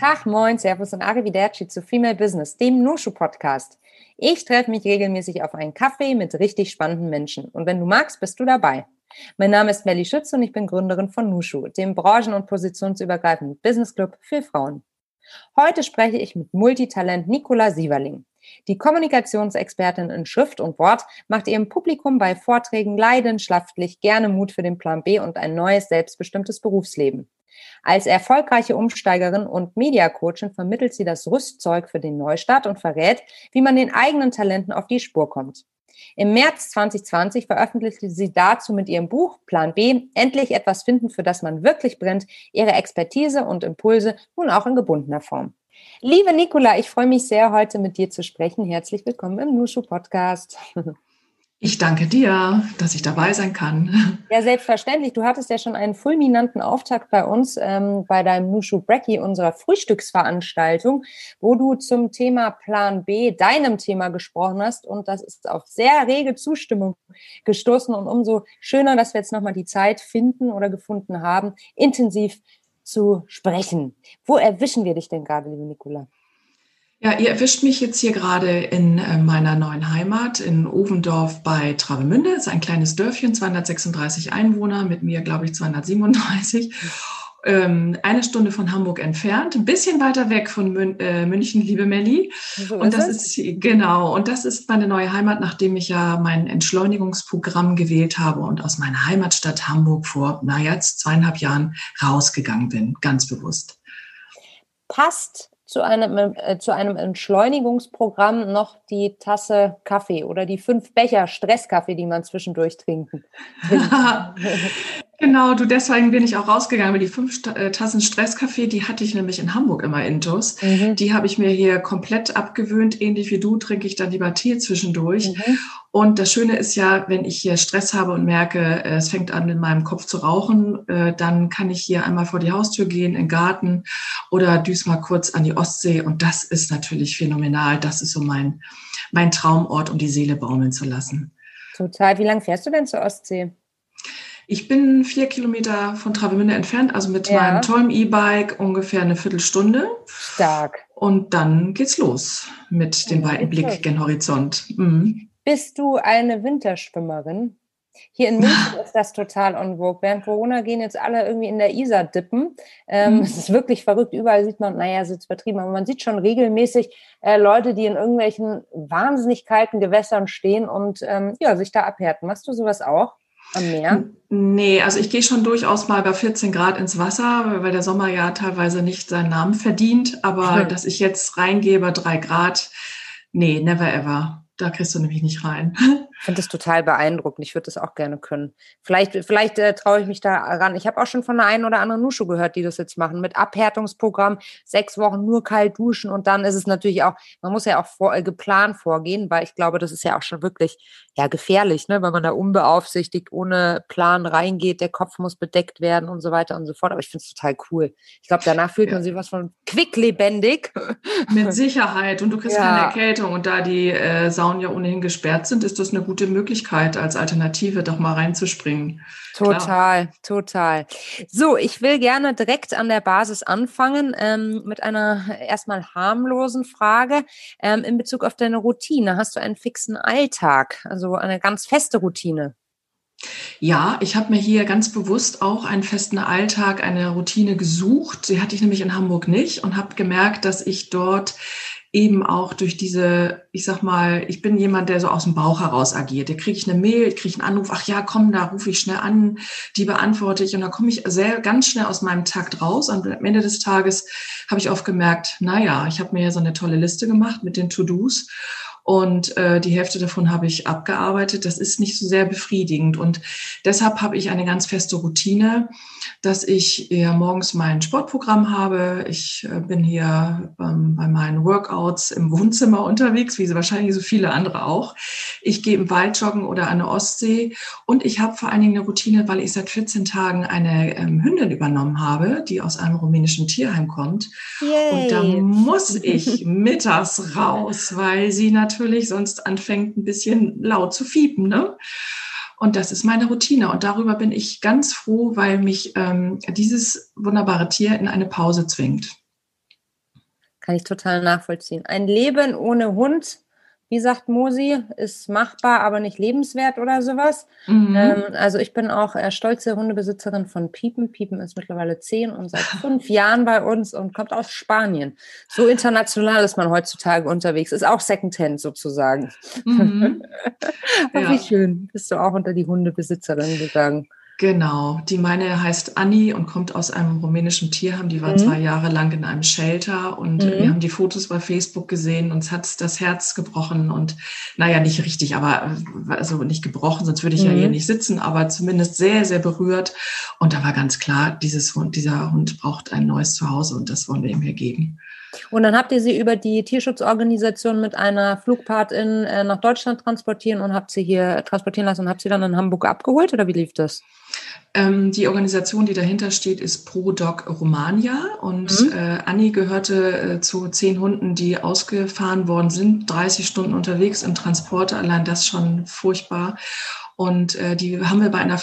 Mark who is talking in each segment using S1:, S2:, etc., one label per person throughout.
S1: Tag, moin, servus und arrivederci zu Female Business, dem Nushu-Podcast. Ich treffe mich regelmäßig auf einen Kaffee mit richtig spannenden Menschen. Und wenn du magst, bist du dabei. Mein Name ist Melly Schütz und ich bin Gründerin von Nushu, dem branchen- und positionsübergreifenden Business Club für Frauen. Heute spreche ich mit Multitalent Nicola Sieverling. Die Kommunikationsexpertin in Schrift und Wort macht ihrem Publikum bei Vorträgen leidenschaftlich gerne Mut für den Plan B und ein neues, selbstbestimmtes Berufsleben. Als erfolgreiche Umsteigerin und Mediacoachin vermittelt sie das Rüstzeug für den Neustart und verrät, wie man den eigenen Talenten auf die Spur kommt. Im März 2020 veröffentlichte sie dazu mit ihrem Buch Plan B endlich etwas finden, für das man wirklich brennt, ihre Expertise und Impulse nun auch in gebundener Form. Liebe Nicola, ich freue mich sehr, heute mit dir zu sprechen. Herzlich willkommen im Nushu Podcast.
S2: Ich danke dir, dass ich dabei sein kann.
S1: Ja, selbstverständlich. Du hattest ja schon einen fulminanten Auftakt bei uns, bei deinem Nushu Brekkie, unserer Frühstücksveranstaltung, wo du zum Thema Plan B, deinem Thema, gesprochen hast. Und das ist auf sehr rege Zustimmung gestoßen. Und umso schöner, dass wir jetzt nochmal die Zeit finden oder gefunden haben, intensiv zu sprechen. Wo erwischen wir dich denn gerade, liebe Nicola?
S2: Ja, ihr erwischt mich jetzt hier gerade in meiner neuen Heimat in Ovendorf bei Travemünde. Das ist ein kleines Dörfchen, 236 Einwohner, mit mir glaube ich 237. Eine Stunde von Hamburg entfernt, ein bisschen weiter weg von München, liebe Melli.
S1: So
S2: Und das
S1: es?
S2: ist genau, und das ist meine neue Heimat, nachdem ich ja mein Entschleunigungsprogramm gewählt habe und aus meiner Heimatstadt Hamburg vor, jetzt 2,5 Jahren rausgegangen bin, ganz bewusst.
S1: Passt zu einem Entschleunigungsprogramm noch die Tasse Kaffee oder die 5 Becher Stresskaffee, die man zwischendurch trinkt.
S2: Genau, deswegen bin ich auch rausgegangen, weil die 5 Tassen Stresskaffee, die hatte ich nämlich in Hamburg immer intus. Die habe ich mir hier komplett abgewöhnt. Ähnlich wie du trinke ich dann lieber Tee zwischendurch. Und das Schöne ist ja, wenn ich hier Stress habe und merke, es fängt an, in meinem Kopf zu rauchen, dann kann ich hier einmal vor die Haustür gehen, in den Garten oder düse mal kurz an die Ostsee. Und das ist natürlich phänomenal. Das ist so mein Traumort, um die Seele baumeln zu lassen.
S1: Total. Wie lange fährst du denn zur Ostsee?
S2: Ich bin 4 Kilometer von Travemünde entfernt, also mit meinem tollen E-Bike ungefähr eine Viertelstunde.
S1: Stark.
S2: Und dann geht's los mit dem weiten Blick gen Horizont.
S1: Bist du eine Winterschwimmerin? Hier in München ist das total en vogue. Während Corona gehen jetzt alle irgendwie in der Isar dippen. Es ist wirklich verrückt. Überall sieht man, es ist übertrieben, aber man sieht schon regelmäßig Leute, die in irgendwelchen wahnsinnig kalten Gewässern stehen und sich da abhärten. Machst du sowas auch am Meer?
S2: Nee, also ich gehe schon durchaus mal bei 14 Grad ins Wasser, weil der Sommer ja teilweise nicht seinen Namen verdient. Aber dass ich jetzt reingehe bei 3 Grad, nee, never ever. Da kriegst du nämlich nicht rein.
S1: Ich finde das total beeindruckend. Ich würde das auch gerne können. Vielleicht traue ich mich da ran. Ich habe auch schon von der einen oder anderen Nushu gehört, die das jetzt machen. Mit Abhärtungsprogramm, 6 Wochen nur kalt duschen. Und dann ist es natürlich auch, man muss ja auch geplant vorgehen, weil ich glaube, das ist ja auch schon wirklich gefährlich, ne? Wenn man da unbeaufsichtigt, ohne Plan reingeht. Der Kopf muss bedeckt werden und so weiter und so fort. Aber ich finde es total cool. Ich glaube, danach fühlt man sich was von quicklebendig.
S2: Mit Sicherheit. Und du kriegst keine Erkältung. Und da die Saunen ja ohnehin gesperrt sind, ist das eine gute Möglichkeit, als Alternative doch mal reinzuspringen.
S1: Total. So, ich will gerne direkt an der Basis anfangen mit einer erstmal harmlosen Frage in Bezug auf deine Routine. Hast du einen fixen Alltag, also eine ganz feste Routine?
S2: Ja, ich habe mir hier ganz bewusst auch einen festen Alltag, eine Routine gesucht. Die hatte ich nämlich in Hamburg nicht und habe gemerkt, dass ich dort eben auch durch diese, ich sag mal, ich bin jemand, der so aus dem Bauch heraus agiert. Da kriege ich eine Mail, ich kriege einen Anruf, ach ja, komm, da rufe ich schnell an, die beantworte ich und dann komme ich ganz schnell aus meinem Takt raus. Und am Ende des Tages habe ich oft gemerkt, ich habe mir ja so eine tolle Liste gemacht mit den To-Dos. Und die Hälfte davon habe ich abgearbeitet. Das ist nicht so sehr befriedigend. Und deshalb habe ich eine ganz feste Routine, dass ich morgens mein Sportprogramm habe. Ich bin hier bei meinen Workouts im Wohnzimmer unterwegs, wie wahrscheinlich so viele andere auch. Ich gehe im Wald joggen oder an der Ostsee. Und ich habe vor allen Dingen eine Routine, weil ich seit 14 Tagen eine Hündin übernommen habe, die aus einem rumänischen Tierheim kommt.
S1: Yay.
S2: Und da muss ich mittags raus, weil sie natürlich sonst anfängt, ein bisschen laut zu fiepen, ne? Und das ist meine Routine. Und darüber bin ich ganz froh, weil mich dieses wunderbare Tier in eine Pause zwingt.
S1: Kann ich total nachvollziehen. Ein Leben ohne Hund, wie sagt Mosi, ist machbar, aber nicht lebenswert oder sowas. Also ich bin auch stolze Hundebesitzerin von Piepen. Piepen ist mittlerweile 10 und seit 5 Jahren bei uns und kommt aus Spanien. So international ist man heutzutage unterwegs. Ist auch Secondhand sozusagen. Ach, wie
S2: Ja.
S1: schön. Bist du auch unter die Hundebesitzerin gegangen?
S2: Genau, die meine heißt Anni und kommt aus einem rumänischen Tierheim. Die war 2 Jahre lang in einem Shelter und wir haben die Fotos bei Facebook gesehen. Uns hat das Herz gebrochen und naja, nicht richtig, aber also nicht gebrochen, sonst würde ich ja hier nicht sitzen, aber zumindest sehr, sehr berührt. Und da war ganz klar, dieser Hund braucht ein neues Zuhause und das wollen wir ihm hier geben.
S1: Und dann habt ihr sie über die Tierschutzorganisation mit einer Flugpatin nach Deutschland transportieren und habt sie hier transportieren lassen und habt sie dann in Hamburg abgeholt oder wie lief das?
S2: Die Organisation, die dahinter steht, ist ProDog Romania und Anni gehörte zu 10 Hunden, die ausgefahren worden sind, 30 Stunden unterwegs im Transporter, allein das schon furchtbar. Und die haben wir bei einer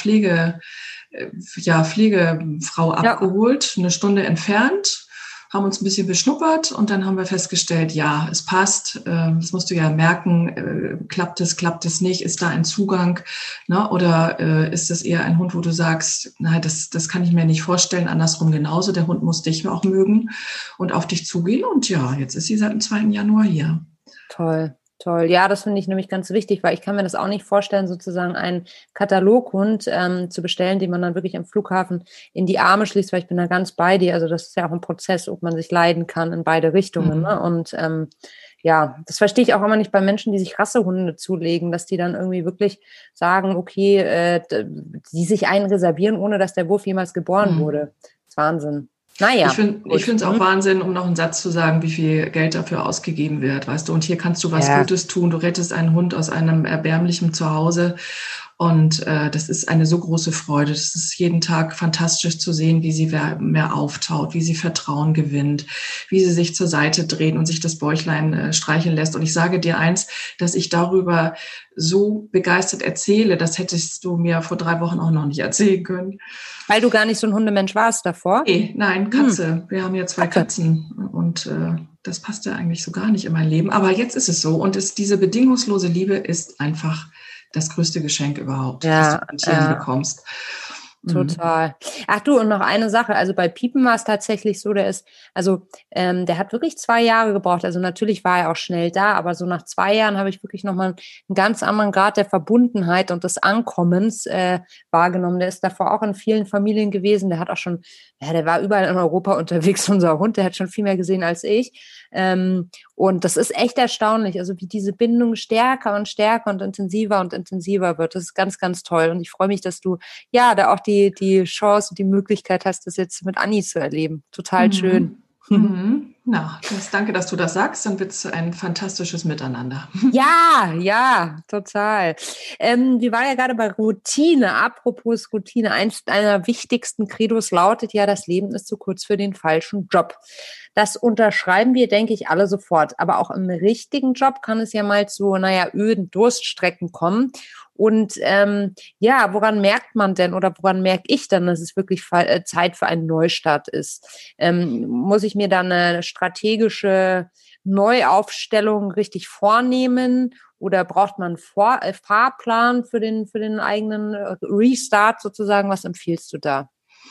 S2: Pflegefrau abgeholt, eine Stunde entfernt, haben uns ein bisschen beschnuppert und dann haben wir festgestellt, ja, es passt, das musst du ja merken, klappt es nicht, ist da ein Zugang, ne? Oder ist das eher ein Hund, wo du sagst, nein, das kann ich mir nicht vorstellen, andersrum genauso, der Hund muss dich auch mögen und auf dich zugehen und ja, jetzt ist sie seit dem 2. Januar hier.
S1: Toll. Toll. Ja, das finde ich nämlich ganz wichtig, weil ich kann mir das auch nicht vorstellen, sozusagen einen Kataloghund zu bestellen, den man dann wirklich am Flughafen in die Arme schließt, weil ich bin da ganz bei dir. Also das ist ja auch ein Prozess, ob man sich leiden kann in beide Richtungen. Ne? Und ja, das verstehe ich auch immer nicht bei Menschen, die sich Rassehunde zulegen, dass die dann irgendwie wirklich sagen, okay, die sich einen reservieren, ohne dass der Wurf jemals geboren wurde. Das ist Wahnsinn. Naja.
S2: Ich finde es auch Wahnsinn, um noch einen Satz zu sagen, wie viel Geld dafür ausgegeben wird, weißt du. Und hier kannst du was Gutes tun. Du rettest einen Hund aus einem erbärmlichen Zuhause. Und das ist eine so große Freude. Das ist jeden Tag fantastisch zu sehen, wie sie mehr auftaut, wie sie Vertrauen gewinnt, wie sie sich zur Seite dreht und sich das Bäuchlein streicheln lässt. Und ich sage dir eins, dass ich darüber so begeistert erzähle, das hättest du mir vor 3 Wochen auch noch nicht erzählen können.
S1: Weil du gar nicht so ein Hundemensch warst davor?
S2: Nein, Katze. Wir haben ja 2 Katzen und das passte eigentlich so gar nicht in mein Leben. Aber jetzt ist es so und diese bedingungslose Liebe ist einfach das größte Geschenk überhaupt, das du von Tieren bekommst.
S1: Total. Ach du, und noch eine Sache, also bei Piepen war es tatsächlich so, der hat wirklich 2 Jahre gebraucht, also natürlich war er auch schnell da, aber so nach 2 Jahren habe ich wirklich nochmal einen ganz anderen Grad der Verbundenheit und des Ankommens wahrgenommen. Der ist davor auch in vielen Familien gewesen, der hat auch schon, der war überall in Europa unterwegs, unser Hund, der hat schon viel mehr gesehen als ich. Und das ist echt erstaunlich, also wie diese Bindung stärker und stärker und intensiver wird. Das ist ganz, ganz toll. Und ich freue mich, dass du da auch die Chance und die Möglichkeit hast, das jetzt mit Anni zu erleben. Total schön.
S2: Na, danke, dass du das sagst. Dann wird es ein fantastisches Miteinander.
S1: Ja, total. Wir waren ja gerade bei Routine. Apropos Routine. Eins deiner wichtigsten Credos lautet ja, das Leben ist zu kurz für den falschen Job. Das unterschreiben wir, denke ich, alle sofort. Aber auch im richtigen Job kann es ja mal zu, öden Durststrecken kommen. Und woran merkt man denn oder woran merke ich dann, dass es wirklich Zeit für einen Neustart ist? Muss ich mir dann eine strategische Neuaufstellung richtig vornehmen oder braucht man einen Fahrplan für den eigenen Restart sozusagen? Was empfiehlst du da?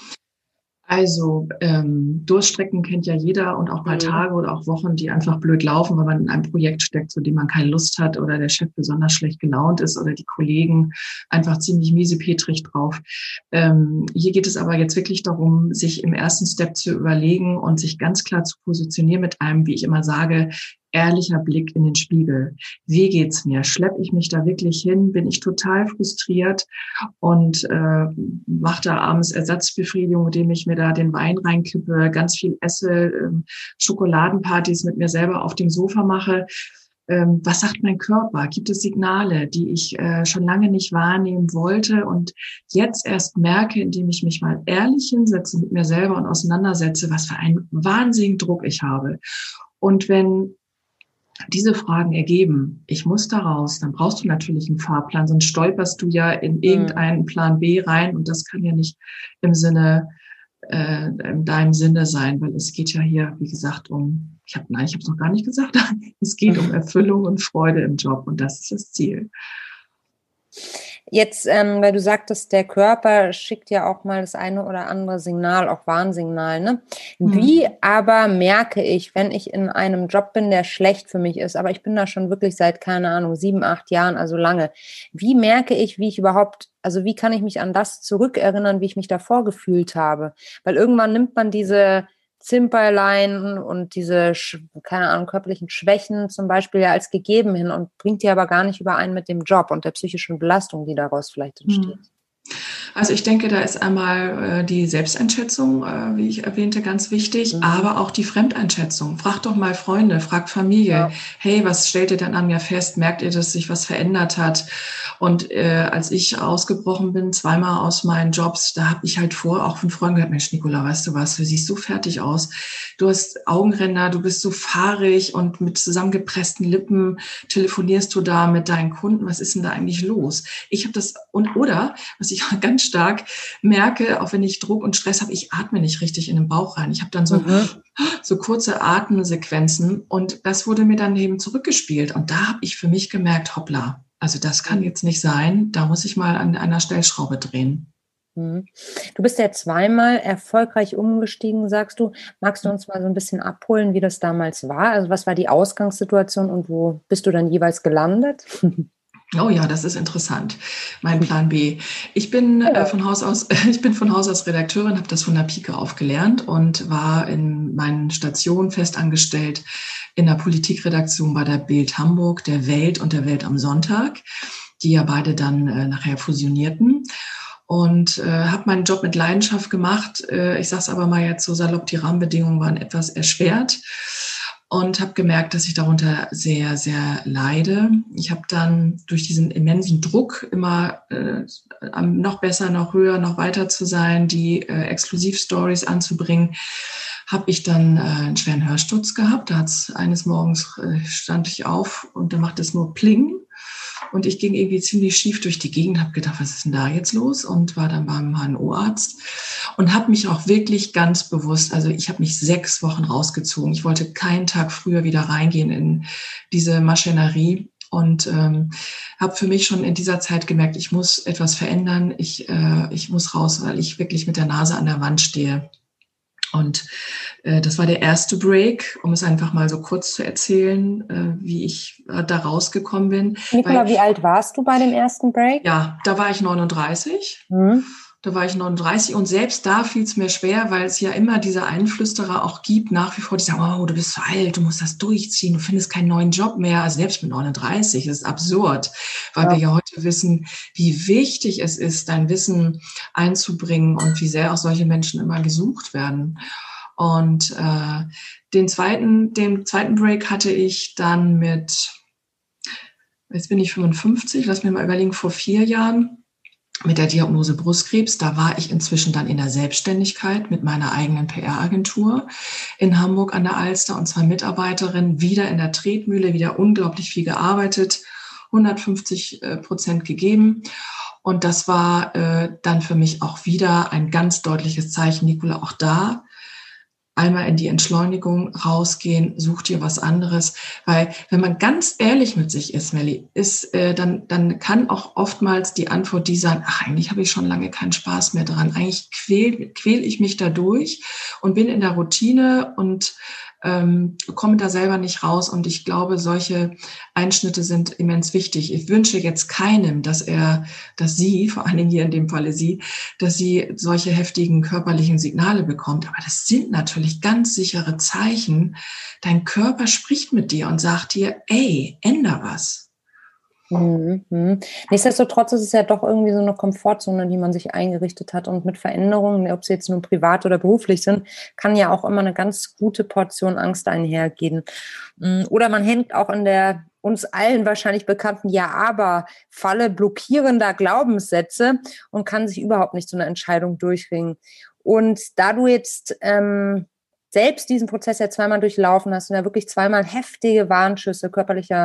S2: Also Durststrecken kennt ja jeder und auch mal Tage oder auch Wochen, die einfach blöd laufen, weil man in einem Projekt steckt, zu dem man keine Lust hat oder der Chef besonders schlecht gelaunt ist oder die Kollegen einfach ziemlich miesepetrig drauf. Hier geht es aber jetzt wirklich darum, sich im ersten Step zu überlegen und sich ganz klar zu positionieren mit einem, wie ich immer sage, ehrlicher Blick in den Spiegel. Wie geht's mir? Schleppe ich mich da wirklich hin? Bin ich total frustriert und mache da abends Ersatzbefriedigung, indem ich mir da den Wein reinkippe, ganz viel esse, Schokoladenpartys mit mir selber auf dem Sofa mache? Was sagt mein Körper? Gibt es Signale, die ich schon lange nicht wahrnehmen wollte und jetzt erst merke, indem ich mich mal ehrlich hinsetze mit mir selber und auseinandersetze, was für einen wahnsinnigen Druck ich habe? Und wenn diese Fragen ergeben, ich muss da raus, dann brauchst du natürlich einen Fahrplan, sonst stolperst du ja in irgendeinen Plan B rein und das kann ja nicht im Sinne in deinem Sinne sein, weil es geht ja hier, wie gesagt, ich habe es noch gar nicht gesagt, es geht um Erfüllung und Freude im Job und das ist das Ziel.
S1: Jetzt, weil du sagtest, der Körper schickt ja auch mal das eine oder andere Signal, auch Warnsignal, ne? Wie aber merke ich, wenn ich in einem Job bin, der schlecht für mich ist, aber ich bin da schon wirklich seit, keine Ahnung, 7, 8 Jahren, also lange. Wie merke ich, wie kann ich mich an das zurückerinnern, wie ich mich davor gefühlt habe? Weil irgendwann nimmt man diese Zimperlein und diese, keine Ahnung, körperlichen Schwächen zum Beispiel ja als gegeben hin und bringt die aber gar nicht überein mit dem Job und der psychischen Belastung, die daraus vielleicht entsteht.
S2: Also ich denke, da ist einmal die Selbsteinschätzung, wie ich erwähnte, ganz wichtig, aber auch die Fremdeinschätzung. Frag doch mal Freunde, fragt Familie. Ja. Hey, was stellt ihr denn an mir fest? Merkt ihr, dass sich was verändert hat? Und als ich ausgebrochen bin, zweimal aus meinen Jobs, da habe ich halt auch von Freunden gehört, Mensch, Nicola, weißt du was, du siehst so fertig aus. Du hast Augenränder, du bist so fahrig und mit zusammengepressten Lippen telefonierst du da mit deinen Kunden. Was ist denn da eigentlich los? Ich habe das, oder was ich ganz stark merke, auch wenn ich Druck und Stress habe, ich atme nicht richtig in den Bauch rein. Ich habe dann so kurze Atemsequenzen und das wurde mir dann eben zurückgespielt. Und da habe ich für mich gemerkt, hoppla, also das kann jetzt nicht sein, da muss ich mal an einer Stellschraube drehen.
S1: Du bist ja zweimal erfolgreich umgestiegen, sagst du. Magst du uns mal so ein bisschen abholen, wie das damals war? Also was war die Ausgangssituation und wo bist du dann jeweils gelandet?
S2: Oh ja, das ist interessant. Mein Plan B. Ich bin von Haus aus Redakteurin, habe das von der Pike auf gelernt und war in meinen Stationen festangestellt in der Politikredaktion bei der Bild Hamburg, der Welt und der Welt am Sonntag, die ja beide dann nachher fusionierten. Und habe meinen Job mit Leidenschaft gemacht. Ich sage es aber mal jetzt so salopp, die Rahmenbedingungen waren etwas erschwert. Und habe gemerkt, dass ich darunter sehr, sehr leide. Ich habe dann durch diesen immensen Druck immer noch besser, noch höher, noch weiter zu sein, die Exklusivstories anzubringen, habe ich dann einen schweren Hörsturz gehabt. Da hat's eines Morgens stand ich auf und da macht es nur Pling. Und ich ging irgendwie ziemlich schief durch die Gegend, habe gedacht, was ist denn da jetzt los? Und war dann beim HNO-Arzt und habe mich auch wirklich ganz bewusst, also ich habe mich 6 Wochen rausgezogen. Ich wollte keinen Tag früher wieder reingehen in diese Maschinerie und habe für mich schon in dieser Zeit gemerkt, ich muss etwas verändern, ich muss raus, weil ich wirklich mit der Nase an der Wand stehe. Und das war der erste Break, um es einfach mal so kurz zu erzählen, wie ich da rausgekommen bin.
S1: Nicola, wie alt warst du bei dem ersten Break?
S2: Ja, da war ich 39. Da war ich 39 und selbst da fiel es mir schwer, weil es ja immer diese Einflüsterer auch gibt, nach wie vor, die sagen, oh, du bist zu alt, du musst das durchziehen, du findest keinen neuen Job mehr. Also selbst mit 39, das ist absurd, weil wir ja heute wissen, wie wichtig es ist, dein Wissen einzubringen und wie sehr auch solche Menschen immer gesucht werden. Und den zweiten Break hatte ich dann jetzt bin ich 55, lass mich mal überlegen, vor 4 Jahren, mit der Diagnose Brustkrebs. Da war ich inzwischen dann in der Selbstständigkeit mit meiner eigenen PR-Agentur in Hamburg an der Alster und 2 Mitarbeiterinnen, wieder in der Tretmühle, wieder unglaublich viel gearbeitet, 150% gegeben. Und das war dann für mich auch wieder ein ganz deutliches Zeichen, Nicola, auch da einmal in die Entschleunigung rausgehen, such dir was anderes, weil wenn man ganz ehrlich mit sich ist, Melli, dann kann auch oftmals die Antwort die sein, ach, eigentlich habe ich schon lange keinen Spaß mehr dran, eigentlich quäl ich mich da durch und bin in der Routine und komme da selber nicht raus und ich glaube, solche Einschnitte sind immens wichtig. Ich wünsche jetzt keinem, dass sie, vor allen Dingen hier in dem Falle sie, dass sie solche heftigen körperlichen Signale bekommt. Aber das sind natürlich ganz sichere Zeichen. Dein Körper spricht mit dir und sagt dir, ey, änder was.
S1: Nichtsdestotrotz ist es ja doch irgendwie so eine Komfortzone, die man sich eingerichtet hat. Und mit Veränderungen, ob sie jetzt nur privat oder beruflich sind, kann ja auch immer eine ganz gute Portion Angst einhergehen. Oder man hängt auch in der uns allen wahrscheinlich bekannten Ja-Aber-Falle blockierender Glaubenssätze und kann sich überhaupt nicht zu einer Entscheidung durchringen. Und da du jetzt selbst diesen Prozess ja zweimal durchlaufen hast und ja wirklich zweimal heftige Warnschüsse körperlicher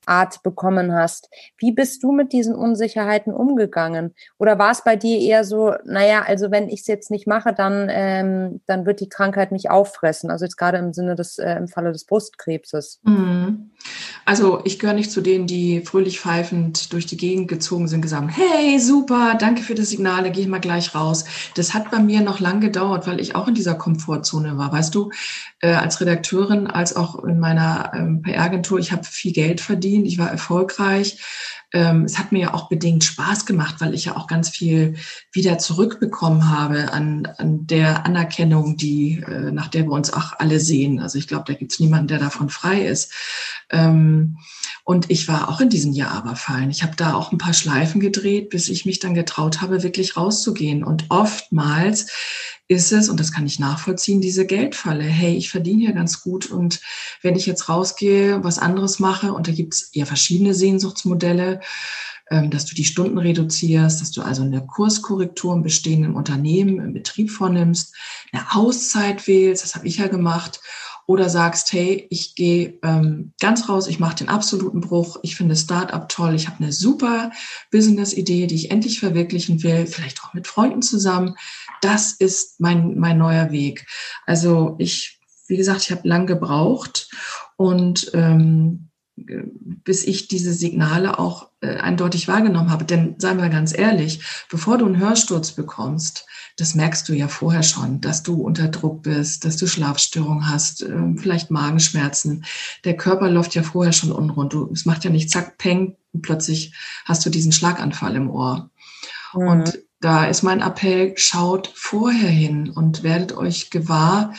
S1: Art bekommen hast. Wie bist du mit diesen Unsicherheiten umgegangen? Oder war es bei dir eher so, naja, also wenn ich es jetzt nicht mache, dann wird die Krankheit mich auffressen? Also jetzt gerade im Sinne im Falle des Brustkrebses.
S2: Mhm. Also ich gehöre nicht zu denen, die fröhlich pfeifend durch die Gegend gezogen sind, gesagt, hey, super, danke für das Signal, da gehe ich mal gleich raus. Das hat bei mir noch lang gedauert, weil ich auch in dieser Komfortzone war. Weißt du, als Redakteurin, als auch in meiner PR-Agentur, ich habe viel Geld verdient, ich war erfolgreich. Es hat mir ja auch bedingt Spaß gemacht, weil ich ja auch ganz viel wieder zurückbekommen habe an der Anerkennung, nach der wir uns auch alle sehen. Also ich glaube, da gibt es niemanden, der davon frei ist. Und ich war auch in diesen Ja-Aber-Fallen. Ich habe da auch ein paar Schleifen gedreht, bis ich mich dann getraut habe, wirklich rauszugehen. Und oftmals ist es, und das kann ich nachvollziehen, diese Geldfalle. Hey, ich verdiene hier ganz gut und wenn ich jetzt rausgehe, was anderes mache, und da gibt es ja verschiedene Sehnsuchtsmodelle, dass du die Stunden reduzierst, dass du also eine Kurskorrektur im bestehenden Unternehmen, im Betrieb vornimmst, eine Auszeit wählst, das habe ich ja gemacht, oder sagst, hey, ich gehe ganz raus, ich mache den absoluten Bruch, ich finde Start-up toll, ich habe eine super Business-Idee, die ich endlich verwirklichen will, vielleicht auch mit Freunden zusammen. Das ist mein neuer Weg. Also wie gesagt, ich habe lang gebraucht und bis ich diese Signale auch eindeutig wahrgenommen habe. Denn seien wir ganz ehrlich, bevor du einen Hörsturz bekommst, das merkst du ja vorher schon, dass du unter Druck bist, dass du Schlafstörungen hast, vielleicht Magenschmerzen. Der Körper läuft ja vorher schon unrund. Es macht ja nicht zack, peng, und plötzlich hast du diesen Schlaganfall im Ohr.
S1: Mhm.
S2: Und da ist mein Appell, schaut vorher hin und werdet euch gewahr,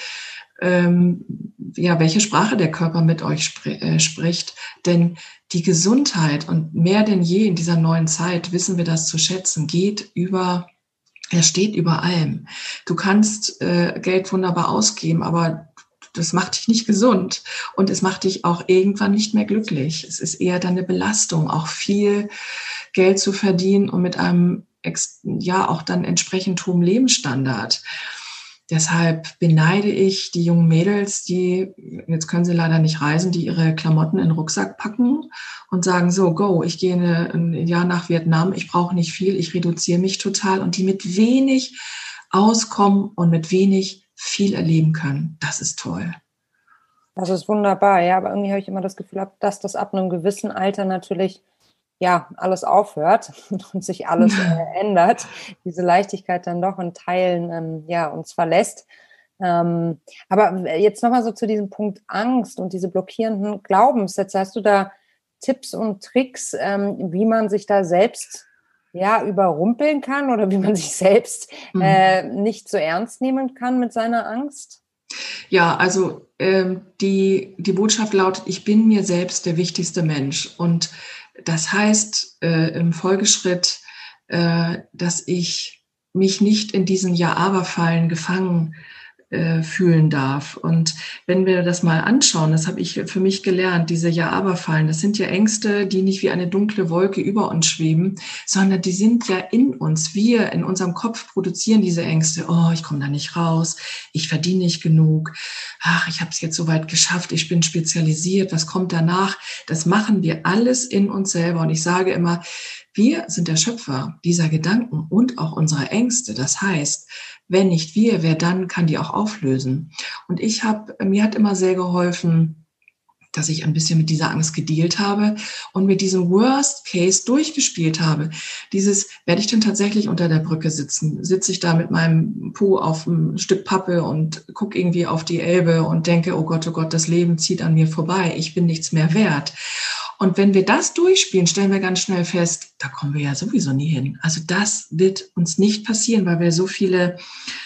S2: welche Sprache der Körper mit euch spricht. Denn die Gesundheit, und mehr denn je in dieser neuen Zeit wissen wir das zu schätzen, er steht über allem. Du kannst Geld wunderbar ausgeben, aber das macht dich nicht gesund und es macht dich auch irgendwann nicht mehr glücklich. Es ist eher dann eine Belastung, auch viel Geld zu verdienen und mit einem auch dann entsprechend hohem Lebensstandard. Deshalb beneide ich die jungen Mädels, jetzt können sie leider nicht reisen, die ihre Klamotten in den Rucksack packen und sagen, so, go, ich gehe ein Jahr nach Vietnam, ich brauche nicht viel, ich reduziere mich total, und die mit wenig auskommen und mit wenig viel erleben können. Das ist toll.
S1: Das ist wunderbar, ja, aber irgendwie habe ich immer das Gefühl, dass das ab einem gewissen Alter natürlich alles aufhört und sich alles ändert, diese Leichtigkeit dann doch in Teilen uns verlässt. Aber jetzt nochmal so zu diesem Punkt Angst und diese blockierenden Glaubenssätze. Hast du da Tipps und Tricks, wie man sich da selbst überrumpeln kann oder wie man sich selbst nicht so ernst nehmen kann mit seiner Angst?
S2: Ja, also die Botschaft lautet, ich bin mir selbst der wichtigste Mensch. Und das heißt im Folgeschritt, dass ich mich nicht in diesen Ja-Aber-Fallen gefangen fühlen darf. Und wenn wir das mal anschauen, das habe ich für mich gelernt, diese Ja-Aber-Fallen, das sind ja Ängste, die nicht wie eine dunkle Wolke über uns schweben, sondern die sind ja in uns. Wir in unserem Kopf produzieren diese Ängste. Oh, ich komme da nicht raus, ich verdiene nicht genug, ach, ich habe es jetzt so weit geschafft, ich bin spezialisiert, was kommt danach? Das machen wir alles in uns selber. Und ich sage immer, wir sind der Schöpfer dieser Gedanken und auch unserer Ängste. Das heißt, wenn nicht wir, wer dann kann die auch auflösen? Und mir hat immer sehr geholfen, dass ich ein bisschen mit dieser Angst gedealt habe und mit diesem Worst Case durchgespielt habe. Werde ich denn tatsächlich unter der Brücke sitzen? Sitze ich da mit meinem Po auf einem Stück Pappe und gucke irgendwie auf die Elbe und denke, oh Gott, das Leben zieht an mir vorbei, ich bin nichts mehr wert. Und wenn wir das durchspielen, stellen wir ganz schnell fest, da kommen wir ja sowieso nie hin. Also das wird uns nicht passieren, weil wir so viele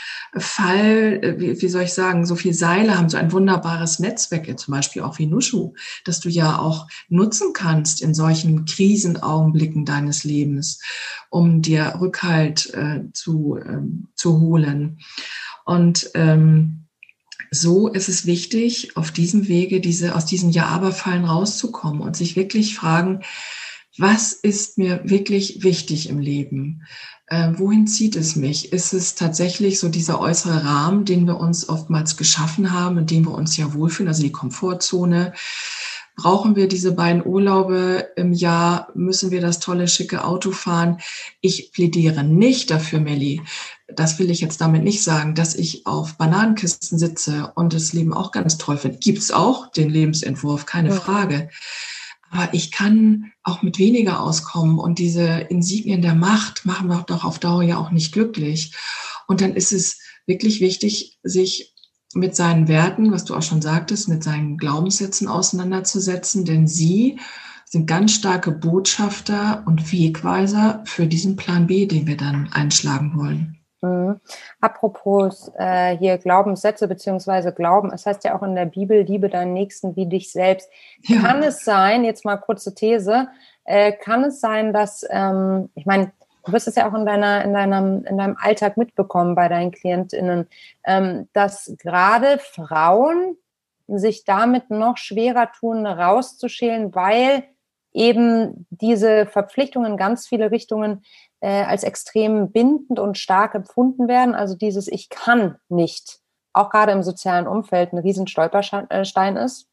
S2: so viel Seile haben, so ein wunderbares Netzwerk, zum Beispiel auch wie Nushu, das du ja auch nutzen kannst in solchen Krisenaugenblicken deines Lebens, um dir Rückhalt zu holen. Und so ist es wichtig, auf diesem Wege aus diesen Ja-Aber-Fallen rauszukommen und sich wirklich fragen, was ist mir wirklich wichtig im Leben? Wohin zieht es mich? Ist es tatsächlich so dieser äußere Rahmen, den wir uns oftmals geschaffen haben, in dem wir uns ja wohlfühlen, also die Komfortzone? Brauchen wir diese beiden Urlaube im Jahr? Müssen wir das tolle, schicke Auto fahren? Ich plädiere nicht dafür, Melli. Das will ich jetzt damit nicht sagen, dass ich auf Bananenkisten sitze und das Leben auch ganz toll finde. Gibt's auch, den Lebensentwurf, keine Frage. Aber ich kann auch mit weniger auskommen und diese Insignien der Macht machen wir doch auf Dauer ja auch nicht glücklich. Und dann ist es wirklich wichtig, sich mit seinen Werten, was du auch schon sagtest, mit seinen Glaubenssätzen auseinanderzusetzen, denn sie sind ganz starke Botschafter und Wegweiser für diesen Plan B, den wir dann einschlagen wollen.
S1: Mhm. Apropos hier Glaubenssätze beziehungsweise Glauben, es heißt ja auch in der Bibel, liebe deinen Nächsten wie dich selbst. Ja. Kann es sein, jetzt mal kurze These, kann es sein, dass, ich meine, du wirst es ja auch in deinem Alltag mitbekommen bei deinen KlientInnen, dass gerade Frauen sich damit noch schwerer tun, rauszuschälen, weil eben diese Verpflichtungen in ganz viele Richtungen als extrem bindend und stark empfunden werden. Also dieses Ich kann nicht, auch gerade im sozialen Umfeld, ein riesen Stolperstein ist.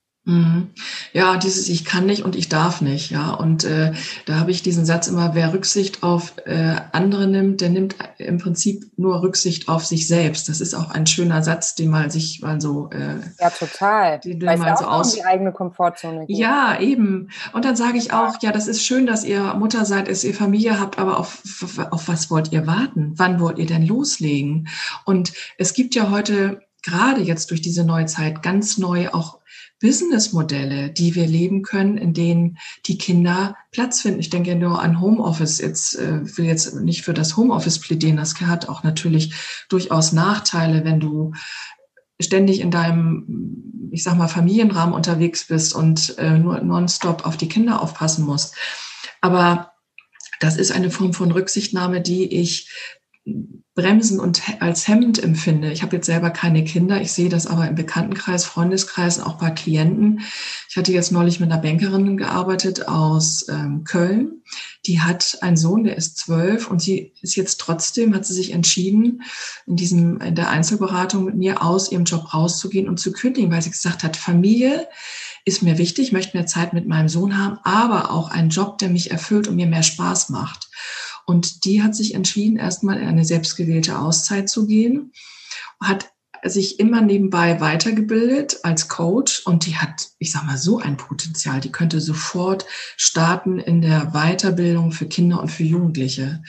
S2: Ja, dieses Ich kann nicht und ich darf nicht, ja. Und da habe ich diesen Satz immer, wer Rücksicht auf andere nimmt, der nimmt im Prinzip nur Rücksicht auf sich selbst. Das ist auch ein schöner Satz, den man sich mal so
S1: ja, total.
S2: Den mal so
S1: aus die eigene Komfortzone geht.
S2: Ja, eben. Und dann sage ich auch, ja, das ist schön, dass ihr Mutter seid, dass ihr Familie habt, aber auf was wollt ihr warten? Wann wollt ihr denn loslegen? Und es gibt ja heute gerade jetzt durch diese neue Zeit ganz neu auch Businessmodelle, die wir leben können, in denen die Kinder Platz finden. Ich denke nur an Homeoffice. Jetzt will jetzt nicht für das Homeoffice plädieren. Das hat auch natürlich durchaus Nachteile, wenn du ständig in deinem, ich sag mal, Familienrahmen unterwegs bist und nur nonstop auf die Kinder aufpassen musst. Aber das ist eine Form von Rücksichtnahme, die ich bremsen und als hemmend empfinde. Ich habe jetzt selber keine Kinder, ich sehe das aber im Bekanntenkreis, Freundeskreis, auch bei Klienten. Ich hatte jetzt neulich mit einer Bankerin gearbeitet aus Köln. Die hat einen Sohn, der ist 12 und sie ist jetzt trotzdem, hat sie sich entschieden, in der Einzelberatung mit mir aus ihrem Job rauszugehen und zu kündigen, weil sie gesagt hat, Familie ist mir wichtig, ich möchte mehr Zeit mit meinem Sohn haben, aber auch einen Job, der mich erfüllt und mir mehr Spaß macht. Und die hat sich entschieden, erstmal in eine selbstgewählte Auszeit zu gehen, hat sich immer nebenbei weitergebildet als Coach und die hat, ich sag mal, so ein Potenzial. Die könnte sofort starten in der Weiterbildung für Kinder und für Jugendliche.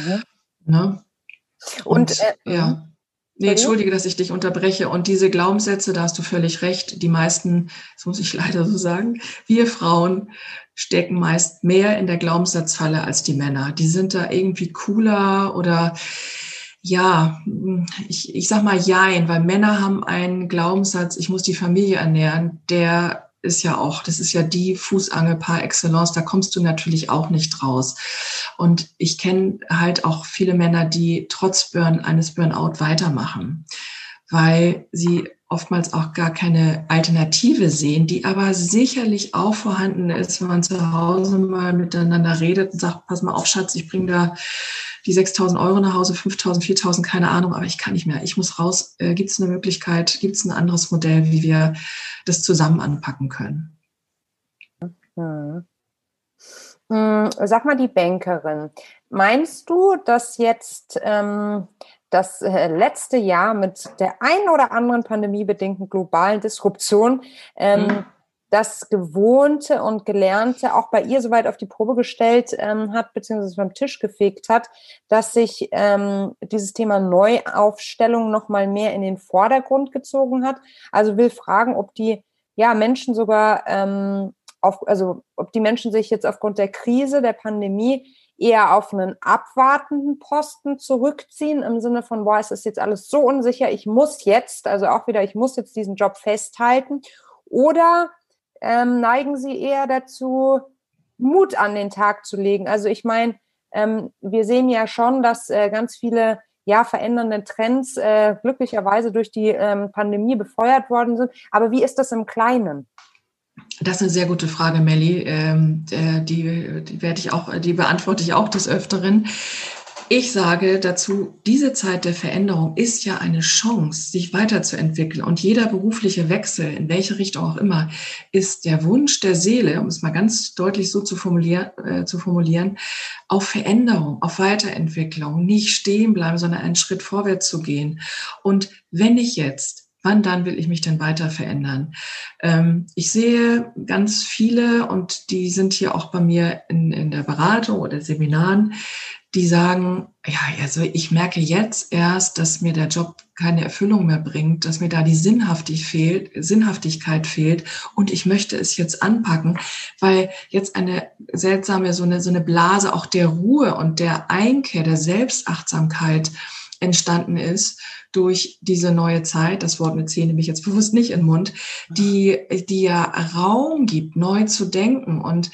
S2: Ne? Und ja. Nee, entschuldige, dass ich dich unterbreche. Und diese Glaubenssätze, da hast du völlig recht. Die meisten, das muss ich leider so sagen, wir Frauen stecken meist mehr in der Glaubenssatzfalle als die Männer. Die sind da irgendwie cooler oder ja, ich sag mal jein, weil Männer haben einen Glaubenssatz, ich muss die Familie ernähren, der ist ja auch, das ist ja die Fußangel par excellence, da kommst du natürlich auch nicht raus. Und ich kenne halt auch viele Männer, die trotz eines Burnout weitermachen, weil sie oftmals auch gar keine Alternative sehen, die aber sicherlich auch vorhanden ist, wenn man zu Hause mal miteinander redet und sagt, pass mal auf, Schatz, ich bringe da die 6.000 Euro nach Hause, 5.000, 4.000, keine Ahnung, aber ich kann nicht mehr, ich muss raus. Gibt es eine Möglichkeit, gibt es ein anderes Modell, wie wir das zusammen anpacken können?
S1: Sag mal, die Bankerin, meinst du, dass jetzt das letzte Jahr mit der einen oder anderen pandemiebedingten globalen Disruption das Gewohnte und Gelernte auch bei ihr soweit auf die Probe gestellt hat, beziehungsweise beim Tisch gefegt hat, dass sich dieses Thema Neuaufstellung noch mal mehr in den Vordergrund gezogen hat? Also will fragen, ob die Menschen sogar ob die Menschen sich jetzt aufgrund der Krise, der Pandemie eher auf einen abwartenden Posten zurückziehen, im Sinne von, boah, es ist jetzt alles so unsicher, ich muss jetzt diesen Job festhalten, oder neigen sie eher dazu, Mut an den Tag zu legen? Also ich meine, wir sehen ja schon, dass ganz viele verändernde Trends glücklicherweise durch die Pandemie befeuert worden sind. Aber wie ist das im Kleinen?
S2: Das ist eine sehr gute Frage, Melli. Die beantworte ich auch des Öfteren. Ich sage dazu, diese Zeit der Veränderung ist ja eine Chance, sich weiterzuentwickeln. Und jeder berufliche Wechsel, in welche Richtung auch immer, ist der Wunsch der Seele, um es mal ganz deutlich so zu formulieren, auf Veränderung, auf Weiterentwicklung, nicht stehen bleiben, sondern einen Schritt vorwärts zu gehen. Und wenn nicht jetzt, wann dann will ich mich denn weiter verändern? Ich sehe ganz viele, und die sind hier auch bei mir in der Beratung oder Seminaren, die sagen, ja, also ich merke jetzt erst, dass mir der Job keine Erfüllung mehr bringt, dass mir da die Sinnhaftigkeit fehlt und ich möchte es jetzt anpacken, weil jetzt eine seltsame, so eine Blase auch der Ruhe und der Einkehr, der Selbstachtsamkeit entstanden ist durch diese neue Zeit, das Wort mit C nehme ich jetzt bewusst nicht in den Mund, die ja Raum gibt, neu zu denken und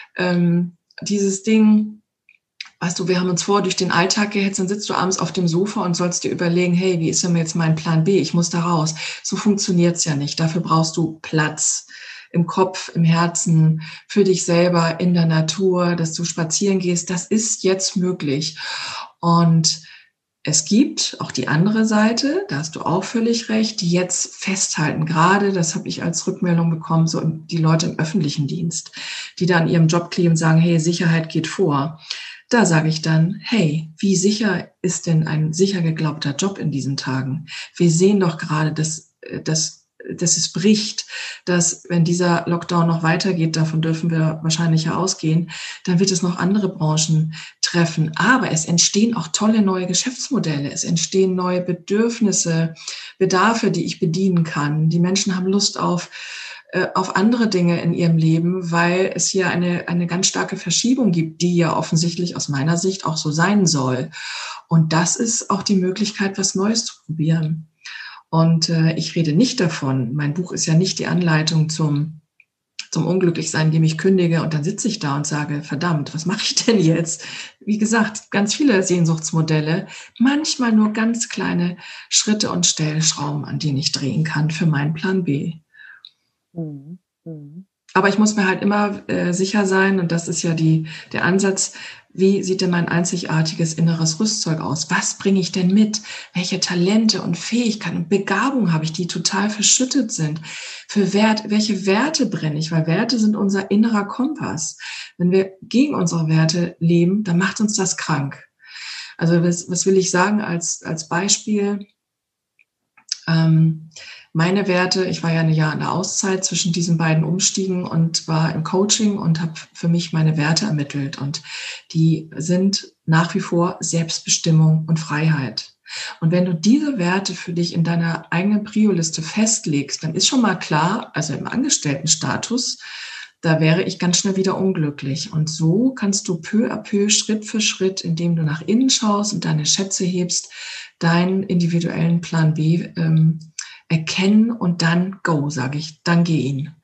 S2: dieses Ding, weißt du, wir haben uns durch den Alltag gehetzt, dann sitzt du abends auf dem Sofa und sollst dir überlegen, hey, wie ist denn jetzt mein Plan B? Ich muss da raus. So funktioniert's ja nicht. Dafür brauchst du Platz im Kopf, im Herzen, für dich selber, in der Natur, dass du spazieren gehst. Das ist jetzt möglich. Und es gibt auch die andere Seite, da hast du auch völlig recht, die jetzt festhalten, gerade, das habe ich als Rückmeldung bekommen, so die Leute im öffentlichen Dienst, die da an ihrem Job kleben und sagen, hey, Sicherheit geht vor. Da sage ich dann, hey, wie sicher ist denn ein sicher geglaubter Job in diesen Tagen? Wir sehen doch gerade, dass es bricht, dass wenn dieser Lockdown noch weitergeht, davon dürfen wir wahrscheinlich ja ausgehen, dann wird es noch andere Branchen treffen. Aber es entstehen auch tolle neue Geschäftsmodelle. Es entstehen neue Bedürfnisse, Bedarfe, die ich bedienen kann. Die Menschen haben Lust auf andere Dinge in ihrem Leben, weil es hier eine ganz starke Verschiebung gibt, die ja offensichtlich aus meiner Sicht auch so sein soll. Und das ist auch die Möglichkeit, was Neues zu probieren. Und ich rede nicht davon, mein Buch ist ja nicht die Anleitung zum Unglücklichsein, indem ich kündige und dann sitze ich da und sage, verdammt, was mache ich denn jetzt? Wie gesagt, ganz viele Sehnsuchtsmodelle, manchmal nur ganz kleine Schritte und Stellschrauben, an denen ich drehen kann für meinen Plan B.
S1: Mhm. Mhm.
S2: Aber ich muss mir halt immer sicher sein, und das ist ja der Ansatz, wie sieht denn mein einzigartiges inneres Rüstzeug aus? Was bringe ich denn mit? Welche Talente und Fähigkeiten und Begabungen habe ich, die total verschüttet sind? Welche Werte brenne ich? Weil Werte sind unser innerer Kompass. Wenn wir gegen unsere Werte leben, dann macht uns das krank. Also was will ich sagen als Beispiel? Meine Werte, ich war ja ein Jahr in der Auszeit zwischen diesen beiden Umstiegen und war im Coaching und habe für mich meine Werte ermittelt. Und die sind nach wie vor Selbstbestimmung und Freiheit. Und wenn du diese Werte für dich in deiner eigenen Prio-Liste festlegst, dann ist schon mal klar, also im Angestelltenstatus, da wäre ich ganz schnell wieder unglücklich. Und so kannst du peu à peu, Schritt für Schritt, indem du nach innen schaust und deine Schätze hebst, deinen individuellen Plan B erkennen und dann go, sage ich, dann geh ihn.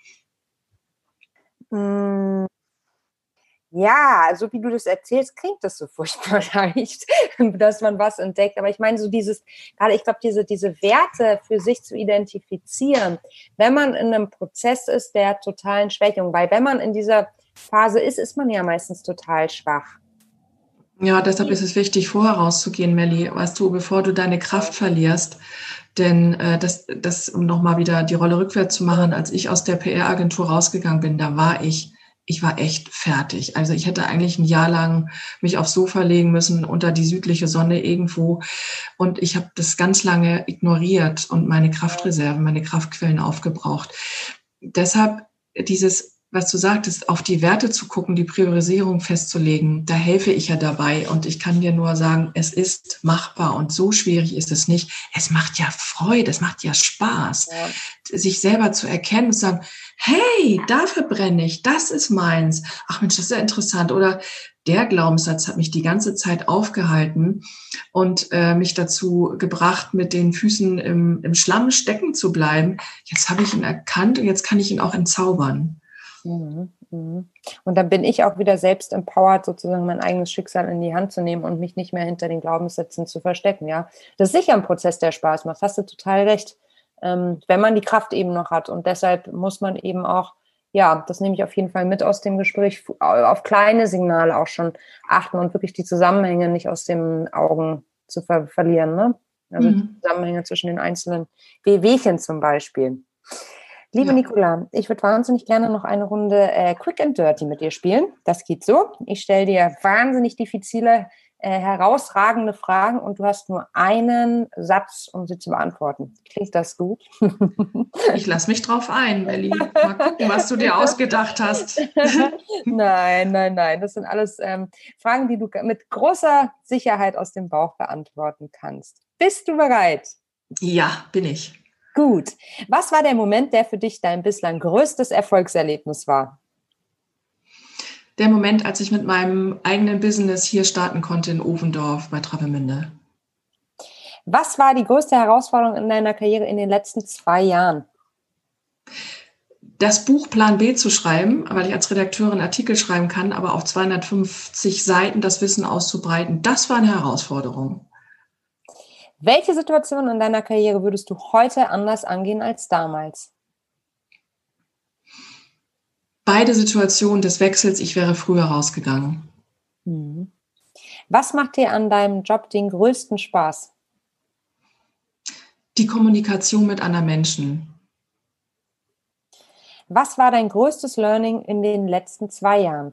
S1: Ja, so wie du das erzählst, klingt das so furchtbar leicht, dass man was entdeckt. Aber ich meine, so gerade ich glaube, diese Werte für sich zu identifizieren, wenn man in einem Prozess ist der totalen Schwächung, weil wenn man in dieser Phase ist man ja meistens total schwach.
S2: Ja, deshalb ist es wichtig, vorher rauszugehen, Melli, weißt du, bevor du deine Kraft verlierst. Denn um nochmal wieder die Rolle rückwärts zu machen, als ich aus der PR-Agentur rausgegangen bin, da war ich war echt fertig. Also ich hätte eigentlich ein Jahr lang mich aufs Sofa legen müssen, unter die südliche Sonne irgendwo. Und ich habe das ganz lange ignoriert und meine Kraftreserven, meine Kraftquellen aufgebraucht. Deshalb was du sagtest, auf die Werte zu gucken, die Priorisierung festzulegen, da helfe ich ja dabei. Und ich kann dir nur sagen, es ist machbar und so schwierig ist es nicht. Es macht ja Freude, es macht ja Spaß, sich selber zu erkennen und zu sagen, hey, dafür brenne ich, das ist meins. Ach Mensch, das ist ja interessant. Oder der Glaubenssatz hat mich die ganze Zeit aufgehalten und mich dazu gebracht, mit den Füßen im Schlamm stecken zu bleiben. Jetzt habe ich ihn erkannt und jetzt kann ich ihn auch entzaubern.
S1: Mhm, mhm. Und dann bin ich auch wieder selbst empowered, sozusagen mein eigenes Schicksal in die Hand zu nehmen und mich nicht mehr hinter den Glaubenssätzen zu verstecken. Ja, das ist sicher ein Prozess, der Spaß macht. Hast du total recht, wenn man die Kraft eben noch hat. Und deshalb muss man eben auch Ja, das nehme ich auf jeden Fall mit aus dem Gespräch, auf kleine Signale auch schon achten und wirklich die Zusammenhänge nicht aus den Augen zu verlieren, ne? Also die
S2: Mhm.
S1: Zusammenhänge zwischen den einzelnen Wehwehchen zum Beispiel. Liebe
S2: Ja.
S1: Nicola, ich würde wahnsinnig gerne noch eine Runde Quick and Dirty mit dir spielen. Das geht so. Ich stelle dir wahnsinnig diffizile, herausragende Fragen und du hast nur einen Satz, um sie zu beantworten. Klingt das gut?
S2: Ich lasse mich drauf ein, Melli. Mal gucken, was du dir ausgedacht hast.
S1: Nein, nein, nein. Das sind alles Fragen, die du mit großer Sicherheit aus dem Bauch beantworten kannst. Bist du bereit?
S2: Ja, bin ich.
S1: Gut. Was war der Moment, der für dich dein bislang größtes Erfolgserlebnis war?
S2: Der Moment, als ich mit meinem eigenen Business hier starten konnte in Ovendorf bei Travemünde.
S1: Was war die größte Herausforderung in deiner Karriere in den letzten 2 Jahren?
S2: Das Buch Plan B zu schreiben, weil ich als Redakteurin Artikel schreiben kann, aber auf 250 Seiten das Wissen auszubreiten, das war eine Herausforderung.
S1: Welche Situation in deiner Karriere würdest du heute anders angehen als damals?
S2: Beide Situationen des Wechsels, ich wäre früher rausgegangen.
S1: Mhm. Was macht dir an deinem Job den größten Spaß?
S2: Die Kommunikation mit anderen Menschen.
S1: Was war dein größtes Learning in den letzten 2 Jahren?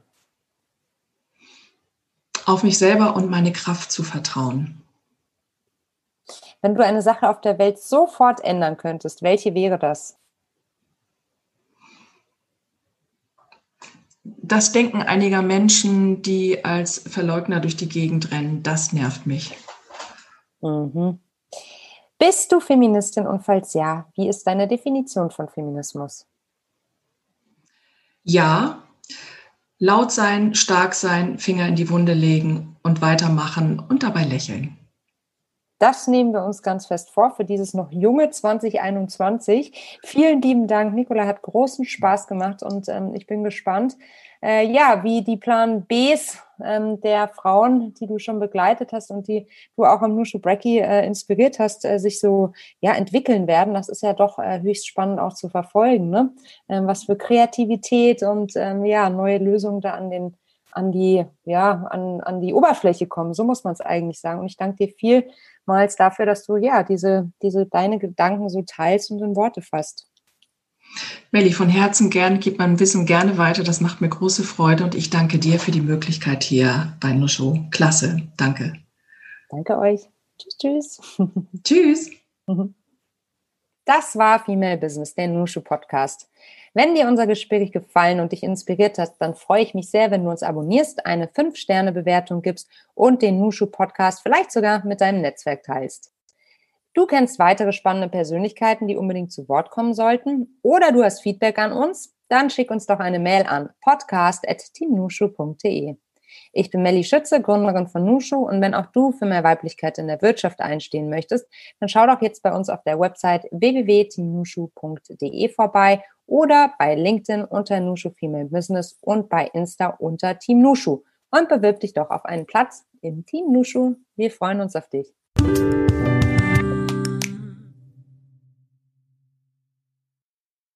S2: Auf mich selber und meine Kraft zu vertrauen.
S1: Wenn du eine Sache auf der Welt sofort ändern könntest, welche wäre das?
S2: Das Denken einiger Menschen, die als Verleugner durch die Gegend rennen, das nervt mich.
S1: Mhm. Bist du Feministin und falls ja, wie ist deine Definition von Feminismus?
S2: Ja, laut sein, stark sein, Finger in die Wunde legen und weitermachen und dabei lächeln.
S1: Das nehmen wir uns ganz fest vor für dieses noch junge 2021. Vielen lieben Dank, Nicola, hat großen Spaß gemacht und ich bin gespannt, ja, wie die Plan Bs der Frauen, die du schon begleitet hast und die du auch am Nushu Brecki inspiriert hast, sich so ja entwickeln werden. Das ist ja doch höchst spannend auch zu verfolgen, ne? Was für Kreativität und ja neue Lösungen da an die Oberfläche kommen. So muss man es eigentlich sagen. Und ich danke dir vielmals dafür, dass du ja diese deine Gedanken so teilst und in Worte fasst.
S2: Melli, von Herzen gern, gib mein Wissen gerne weiter. Das macht mir große Freude und ich danke dir für die Möglichkeit hier bei Nushu. Klasse, danke.
S1: Danke euch. Tschüss, tschüss.
S2: Tschüss.
S1: Das war Female Business, der Nushu Podcast. Wenn dir unser Gespräch gefallen und dich inspiriert hat, dann freue ich mich sehr, wenn du uns abonnierst, eine 5-Sterne-Bewertung gibst und den Nushu Podcast vielleicht sogar mit deinem Netzwerk teilst. Du kennst weitere spannende Persönlichkeiten, die unbedingt zu Wort kommen sollten, oder du hast Feedback an uns, dann schick uns doch eine Mail an podcast@teamnushu.de. Ich bin Melli Schütze, Gründerin von Nushu, und wenn auch du für mehr Weiblichkeit in der Wirtschaft einstehen möchtest, dann schau doch jetzt bei uns auf der Website www.teamnushu.de vorbei oder bei LinkedIn unter Nushu Female Business und bei Insta unter Team Nushu und bewirb dich doch auf einen Platz im Team Nushu. Wir freuen uns auf dich.